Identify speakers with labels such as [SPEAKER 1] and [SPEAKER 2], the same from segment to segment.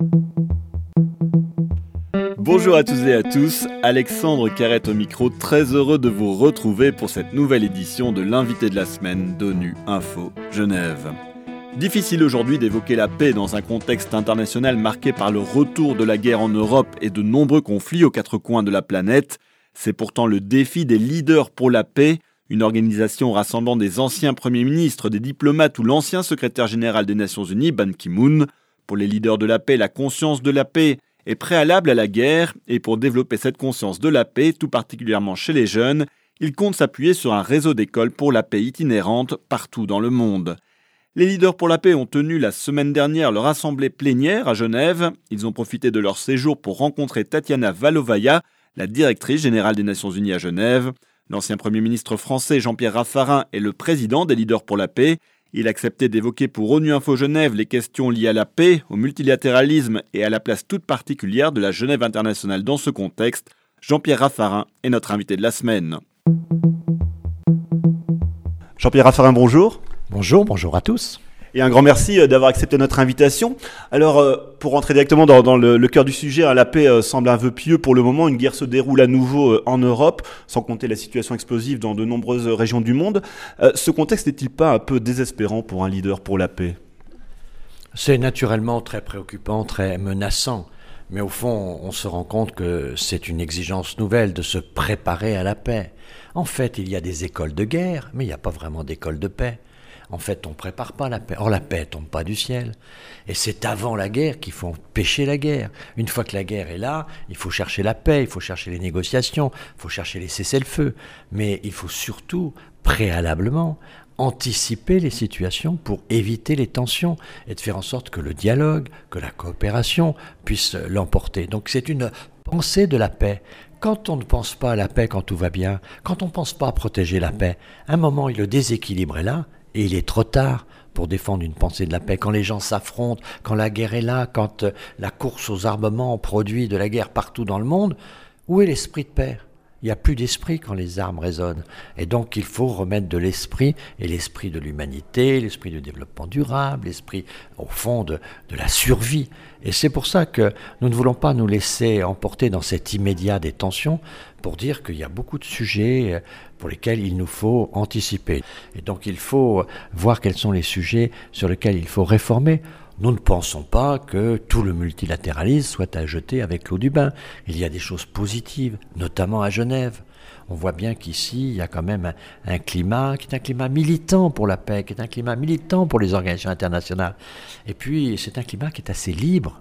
[SPEAKER 1] Bonjour à tous et à tous, Alexandre Carrette au micro, très heureux de vous retrouver pour cette nouvelle édition de l'invité de la semaine d'ONU Info Genève. Difficile aujourd'hui d'évoquer la paix dans un contexte international marqué par le retour de la guerre en Europe et de nombreux conflits aux quatre coins de la planète. C'est pourtant le défi des leaders pour la paix, une organisation rassemblant des anciens premiers ministres, des diplomates ou l'ancien secrétaire général des Nations Unies, Ban Ki-moon. Pour les leaders de la paix, la conscience de la paix est préalable à la guerre, et pour développer cette conscience de la paix, tout particulièrement chez les jeunes, ils comptent s'appuyer sur un réseau d'écoles pour la paix itinérantes partout dans le monde. Les leaders pour la paix ont tenu la semaine dernière leur assemblée plénière à Genève. Ils ont profité de leur séjour pour rencontrer Tatiana Valovaya, la directrice générale des Nations Unies à Genève. L'ancien Premier ministre français Jean-Pierre Raffarin est le président des leaders pour la paix. Il acceptait d'évoquer pour ONU Info Genève les questions liées à la paix, au multilatéralisme et à la place toute particulière de la Genève internationale dans ce contexte. Jean-Pierre Raffarin est notre invité de la semaine. Jean-Pierre Raffarin, bonjour.
[SPEAKER 2] Bonjour à tous.
[SPEAKER 1] Et un grand merci d'avoir accepté notre invitation. Alors, pour rentrer directement dans le cœur du sujet, la paix semble un vœu pieux pour le moment. Une guerre se déroule à nouveau en Europe, sans compter la situation explosive dans de nombreuses régions du monde. Ce contexte n'est-il pas un peu désespérant pour un leader pour la paix ?
[SPEAKER 2] C'est naturellement très préoccupant, très menaçant. Mais au fond, on se rend compte que c'est une exigence nouvelle de se préparer à la paix. En fait, il y a des écoles de guerre, mais il n'y a pas vraiment d'école de paix. En fait, on ne prépare pas la paix. Or, la paix ne tombe pas du ciel. Et c'est avant la guerre qu'il faut empêcher la guerre. Une fois que la guerre est là, il faut chercher la paix, il faut chercher les négociations, il faut chercher les cessez-le-feu. Mais il faut surtout, préalablement, anticiper les situations pour éviter les tensions et de faire en sorte que le dialogue, que la coopération puisse l'emporter. Donc c'est une pensée de la paix. Quand on ne pense pas à la paix quand tout va bien, quand on ne pense pas à protéger la paix, à un moment, le déséquilibre est là, et il est trop tard pour défendre une pensée de la paix. Quand les gens s'affrontent, quand la guerre est là, quand la course aux armements produit de la guerre partout dans le monde, où est l'esprit de paix ? Il n'y a plus d'esprit quand les armes résonnent. Et donc il faut remettre de l'esprit, et l'esprit de l'humanité, l'esprit du développement durable, l'esprit au fond de la survie. Et c'est pour ça que nous ne voulons pas nous laisser emporter dans cet immédiat des tensions pour dire qu'il y a beaucoup de sujets pour lesquels il nous faut anticiper. Et donc il faut voir quels sont les sujets sur lesquels il faut réformer. Nous ne pensons pas que tout le multilatéralisme soit à jeter avec l'eau du bain. Il y a des choses positives, notamment à Genève. On voit bien qu'ici, il y a quand même un climat qui est un climat militant pour la paix, qui est un climat militant pour les organisations internationales. Et puis, c'est un climat qui est assez libre.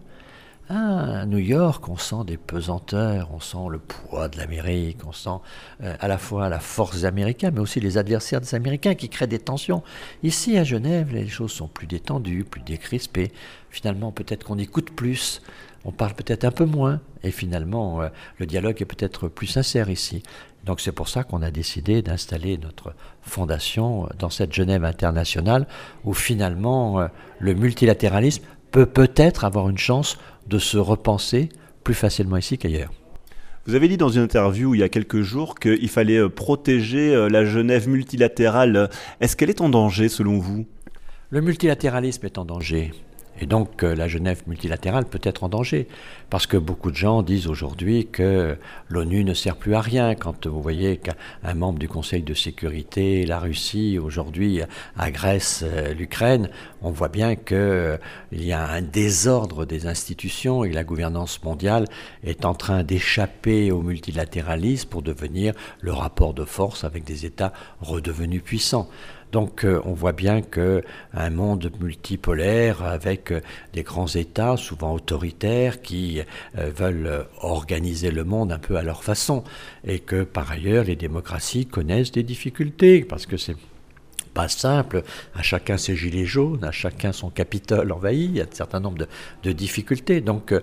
[SPEAKER 2] À New York, on sent des pesanteurs, on sent le poids de l'Amérique, on sent à la fois la force des Américains, mais aussi les adversaires des Américains qui créent des tensions. Ici, à Genève, les choses sont plus détendues, plus décrispées. Finalement, peut-être qu'on écoute plus, on parle peut-être un peu moins, et finalement, le dialogue est peut-être plus sincère ici. Donc c'est pour ça qu'on a décidé d'installer notre fondation dans cette Genève internationale, où finalement, le multilatéralisme peut-être avoir une chance de se repenser plus facilement ici qu'ailleurs.
[SPEAKER 1] Vous avez dit dans une interview il y a quelques jours qu'il fallait protéger la Genève multilatérale. Est-ce qu'elle est en danger selon vous ?
[SPEAKER 2] Le multilatéralisme est en danger. Et donc la Genève multilatérale peut être en danger, parce que beaucoup de gens disent aujourd'hui que l'ONU ne sert plus à rien. Quand vous voyez qu'un membre du Conseil de sécurité, la Russie, aujourd'hui agresse l'Ukraine, on voit bien qu'il y a un désordre des institutions et que la gouvernance mondiale est en train d'échapper au multilatéralisme pour devenir le rapport de force avec des États redevenus puissants. Donc on voit bien qu'un monde multipolaire avec des grands États, souvent autoritaires, qui veulent organiser le monde un peu à leur façon, et que par ailleurs les démocraties connaissent des difficultés, parce que c'est pas simple, à chacun ses gilets jaunes, à chacun son Capitole envahi, il y a un certain nombre de difficultés. Donc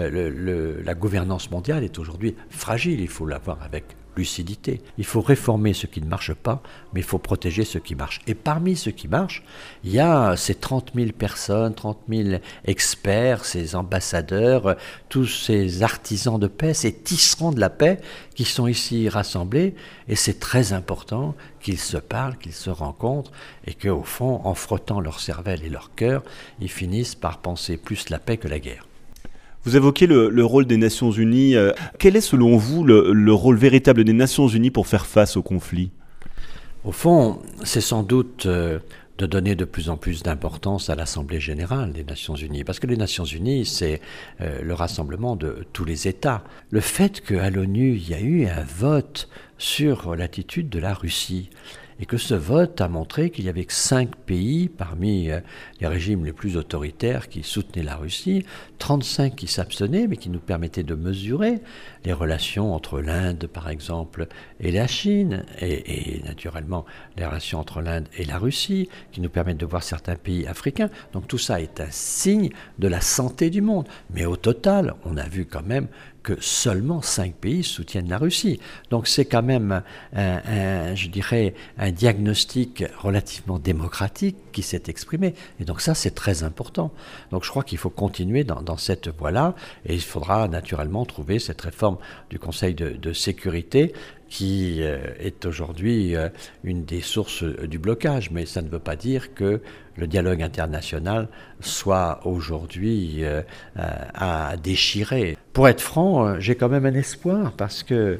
[SPEAKER 2] la gouvernance mondiale est aujourd'hui fragile, il faut l'avoir avec lucidité. Il faut réformer ce qui ne marche pas, mais il faut protéger ce qui marche. Et parmi ce qui marche, il y a ces 30 000 personnes, 30 000 experts, ces ambassadeurs, tous ces artisans de paix, ces tisserands de la paix qui sont ici rassemblés. Et c'est très important qu'ils se parlent, qu'ils se rencontrent et qu'au fond, en frottant leur cervelle et leur cœur, ils finissent par penser plus la paix que la guerre.
[SPEAKER 1] Vous évoquez le rôle des Nations Unies. Quel est selon vous le rôle véritable des Nations Unies pour faire face au conflit ?
[SPEAKER 2] Au fond, c'est sans doute de donner de plus en plus d'importance à l'Assemblée générale des Nations Unies. Parce que les Nations Unies, c'est le rassemblement de tous les États. Le fait qu'à l'ONU, il y a eu un vote sur l'attitude de la Russie, et que ce vote a montré qu'il y avait que 5 pays parmi les régimes les plus autoritaires qui soutenaient la Russie, 35 qui s'abstenaient, mais qui nous permettaient de mesurer les relations entre l'Inde, par exemple, et la Chine, et naturellement les relations entre l'Inde et la Russie, qui nous permettent de voir certains pays africains. Donc tout ça est un signe de la santé du monde. Mais au total, on a vu quand même que seulement 5 pays soutiennent la Russie. Donc c'est quand même, je dirais, un diagnostic relativement démocratique qui s'est exprimé. Et donc ça, c'est très important. Donc je crois qu'il faut continuer dans cette voie-là, et il faudra naturellement trouver cette réforme du Conseil de sécurité qui est aujourd'hui une des sources du blocage. Mais ça ne veut pas dire que le dialogue international soit aujourd'hui à déchirer. Pour être franc, j'ai quand même un espoir, parce que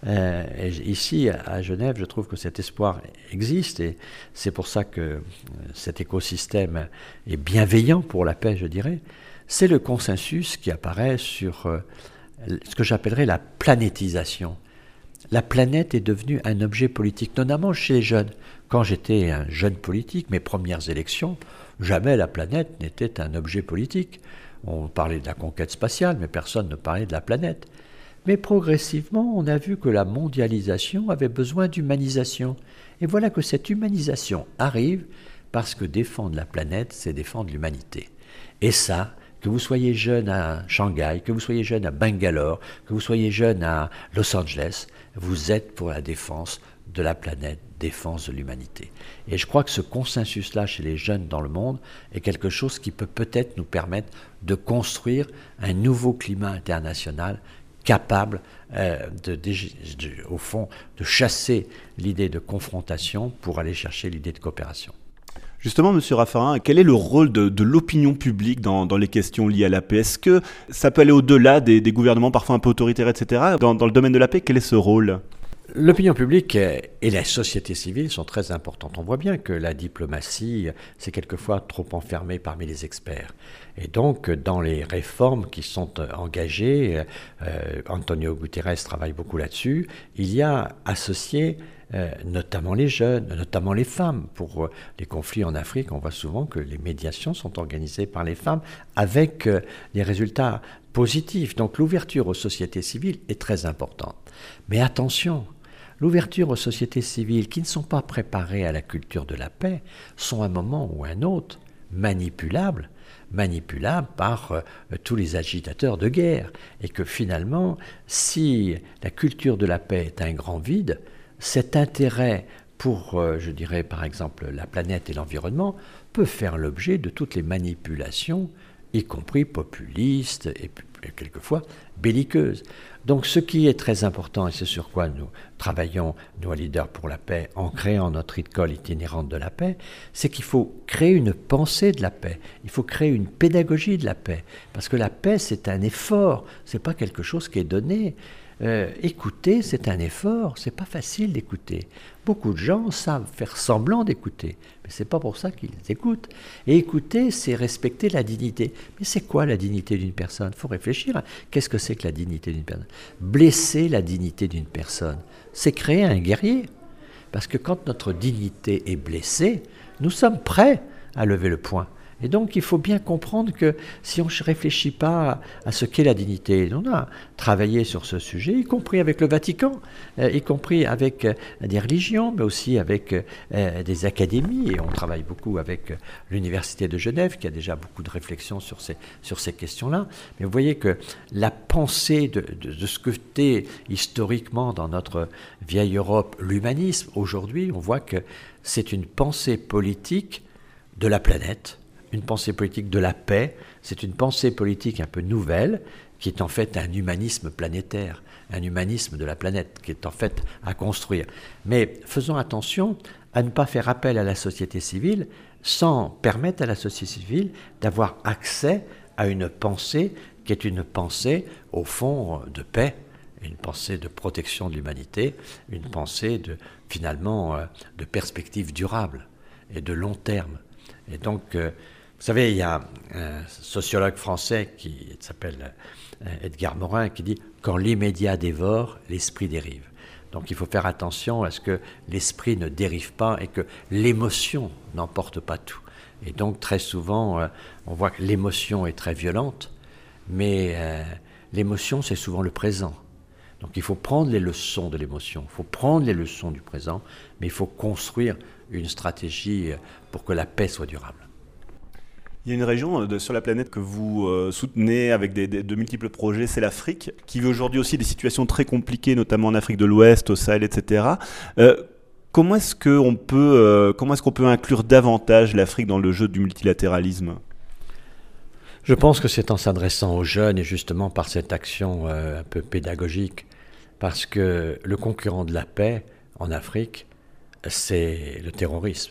[SPEAKER 2] ici, à Genève, je trouve que cet espoir existe, et c'est pour ça que cet écosystème est bienveillant pour la paix, je dirais. C'est le consensus qui apparaît sur ce que j'appellerais la planétisation. La planète est devenue un objet politique, notamment chez les jeunes. Quand j'étais un jeune politique, mes premières élections, jamais la planète n'était un objet politique. On parlait de la conquête spatiale, mais personne ne parlait de la planète. Mais progressivement, on a vu que la mondialisation avait besoin d'humanisation. Et voilà que cette humanisation arrive parce que défendre la planète, c'est défendre l'humanité. Et ça, que vous soyez jeune à Shanghai, que vous soyez jeune à Bangalore, que vous soyez jeune à Los Angeles, vous êtes pour la défense de la planète, défense de l'humanité. Et je crois que ce consensus-là chez les jeunes dans le monde est quelque chose qui peut peut-être nous permettre de construire un nouveau climat international capable, au fond, de chasser l'idée de confrontation pour aller chercher l'idée de coopération.
[SPEAKER 1] Justement, M. Raffarin, quel est le rôle de l'opinion publique dans les questions liées à la paix ? Est-ce que ça peut aller au-delà des gouvernements parfois un peu autoritaires, etc. Dans le domaine de la paix, quel est ce rôle ?
[SPEAKER 2] L'opinion publique et la société civile sont très importantes. On voit bien que la diplomatie, c'est quelquefois trop enfermé parmi les experts. Et donc, dans les réformes qui sont engagées, Antonio Guterres travaille beaucoup là-dessus, il y a associé notamment les jeunes, notamment les femmes. Pour les conflits en Afrique, on voit souvent que les médiations sont organisées par les femmes avec des résultats positifs. Donc l'ouverture aux sociétés civiles est très importante. Mais attention, l'ouverture aux sociétés civiles qui ne sont pas préparées à la culture de la paix sont à un moment ou à un autre manipulables par tous les agitateurs de guerre. Et que finalement, si la culture de la paix est un grand vide, cet intérêt pour, je dirais par exemple, la planète et l'environnement peut faire l'objet de toutes les manipulations, y compris populistes et quelquefois belliqueuses. Donc ce qui est très important, et c'est sur quoi nous travaillons, nous, à Leaders pour la paix, en créant notre école itinérante de la paix, c'est qu'il faut créer une pensée de la paix, il faut créer une pédagogie de la paix, parce que la paix, c'est un effort, c'est pas quelque chose qui est donné. Écouter, c'est un effort, c'est pas facile d'écouter. Beaucoup de gens savent faire semblant d'écouter, mais c'est pas pour ça qu'ils écoutent. Et écouter, c'est respecter la dignité. Mais c'est quoi la dignité d'une personne ? Il faut réfléchir. Qu'est-ce que c'est que la dignité d'une personne ? Blesser la dignité d'une personne, c'est créer un guerrier. Parce que quand notre dignité est blessée, nous sommes prêts à lever le poing. Et donc, il faut bien comprendre que si on ne réfléchit pas à ce qu'est la dignité, on a travaillé sur ce sujet, y compris avec le Vatican, y compris avec des religions, mais aussi avec des académies, et on travaille beaucoup avec l'Université de Genève, qui a déjà beaucoup de réflexions sur ces questions-là. Mais vous voyez que la pensée de ce que était historiquement dans notre vieille Europe l'humanisme, aujourd'hui, on voit que c'est une pensée politique de la planète, une pensée politique de la paix, c'est une pensée politique un peu nouvelle, qui est en fait un humanisme planétaire, un humanisme de la planète, qui est en fait à construire. Mais faisons attention à ne pas faire appel à la société civile sans permettre à la société civile d'avoir accès à une pensée qui est une pensée, au fond, de paix, une pensée de protection de l'humanité, une pensée de perspective durable et de long terme. Et donc, vous savez, il y a un sociologue français qui s'appelle Edgar Morin qui dit « Quand l'immédiat dévore, l'esprit dérive ». Donc il faut faire attention à ce que l'esprit ne dérive pas et que l'émotion n'emporte pas tout. Et donc très souvent, on voit que l'émotion est très violente, mais l'émotion, c'est souvent le présent. Donc il faut prendre les leçons de l'émotion, il faut prendre les leçons du présent, mais il faut construire une stratégie pour que la paix soit durable.
[SPEAKER 1] Il y a une région sur la planète que vous soutenez avec de multiples projets, c'est l'Afrique, qui vit aujourd'hui aussi des situations très compliquées, notamment en Afrique de l'Ouest, au Sahel, etc. Comment est-ce qu'on peut inclure davantage l'Afrique dans le jeu du multilatéralisme ?
[SPEAKER 2] Je pense que c'est en s'adressant aux jeunes et justement par cette action un peu pédagogique, parce que le concurrent de la paix en Afrique, c'est le terrorisme.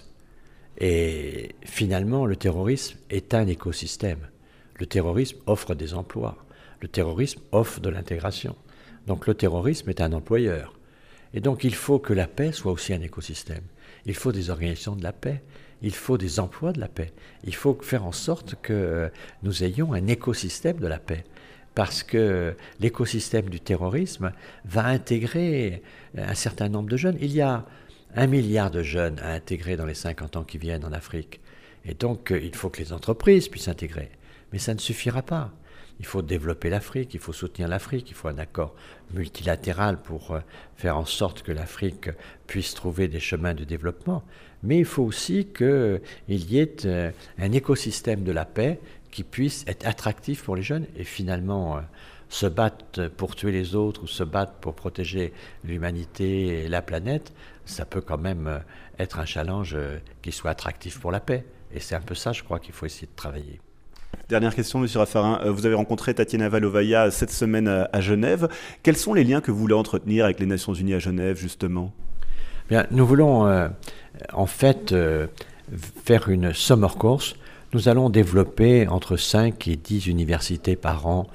[SPEAKER 2] Et finalement, le terrorisme est un écosystème. Le terrorisme offre des emplois. Le terrorisme offre de l'intégration. Donc le terrorisme est un employeur. Et donc il faut que la paix soit aussi un écosystème. Il faut des organisations de la paix. Il faut des emplois de la paix. Il faut faire en sorte que nous ayons un écosystème de la paix. Parce que l'écosystème du terrorisme va intégrer un certain nombre de jeunes. Il y a 1 milliard de jeunes à intégrer dans les 50 ans qui viennent en Afrique. Et donc, il faut que les entreprises puissent intégrer. Mais ça ne suffira pas. Il faut développer l'Afrique, il faut soutenir l'Afrique, il faut un accord multilatéral pour faire en sorte que l'Afrique puisse trouver des chemins de développement. Mais il faut aussi qu'il y ait un écosystème de la paix qui puisse être attractif pour les jeunes et finalement se battre pour tuer les autres ou se battre pour protéger l'humanité et la planète, ça peut quand même être un challenge qui soit attractif pour la paix. Et c'est un peu ça, je crois, qu'il faut essayer de travailler.
[SPEAKER 1] Dernière question, M. Raffarin. Vous avez rencontré Tatiana Valovaya cette semaine à Genève. Quels sont les liens que vous voulez entretenir avec les Nations Unies à Genève, justement ?
[SPEAKER 2] Bien, nous voulons en fait faire une summer course. Nous allons développer entre 5 et 10 universités par an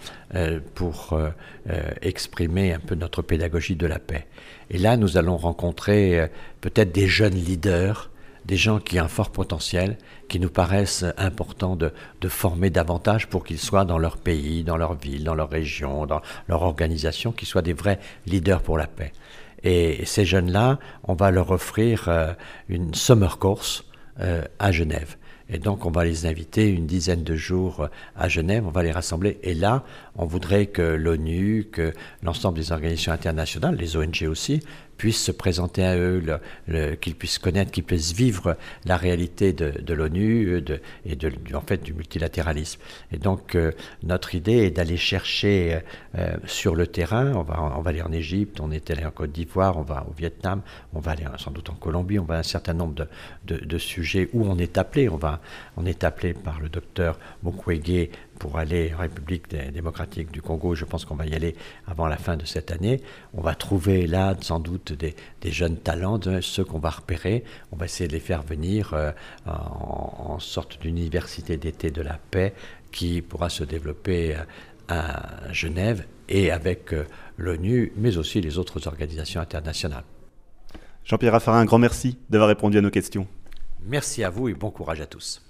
[SPEAKER 2] pour exprimer un peu notre pédagogie de la paix. Et là, nous allons rencontrer peut-être des jeunes leaders, des gens qui ont un fort potentiel, qui nous paraissent importants de former davantage pour qu'ils soient dans leur pays, dans leur ville, dans leur région, dans leur organisation, qu'ils soient des vrais leaders pour la paix. Et ces jeunes-là, on va leur offrir une summer course à Genève. Et donc, on va les inviter une dizaine de jours à Genève, on va les rassembler. Et là, on voudrait que l'ONU, que l'ensemble des organisations internationales, les ONG aussi, puissent se présenter à eux, qu'ils puissent connaître, qu'ils puissent vivre la réalité de l'ONU en fait, du multilatéralisme. Et donc, notre idée est d'aller chercher sur le terrain. On va aller en Égypte, on est allé en Côte d'Ivoire, on va au Vietnam, on va aller sans doute en Colombie, on va à un certain nombre de sujets où on est appelé. On est appelé par le docteur Mukwege pour aller en République démocratique du Congo. Je pense qu'on va y aller avant la fin de cette année. On va trouver là sans doute des jeunes talents, ceux qu'on va repérer. On va essayer de les faire venir en sorte d'université d'été de la paix qui pourra se développer à Genève et avec l'ONU, mais aussi les autres organisations internationales.
[SPEAKER 1] Jean-Pierre Raffarin, un grand merci d'avoir répondu à nos questions.
[SPEAKER 2] Merci à vous et bon courage à tous.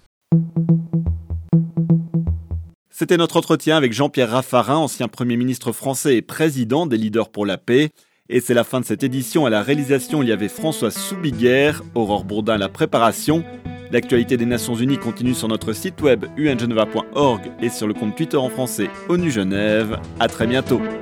[SPEAKER 1] C'était notre entretien avec Jean-Pierre Raffarin, ancien Premier ministre français et président des Leaders pour la Paix. Et c'est la fin de cette édition. À la réalisation, il y avait François Soubiguerre, Aurore Bourdin à la préparation. L'actualité des Nations Unies continue sur notre site web ungeneva.org et sur le compte Twitter en français ONU Genève. À très bientôt.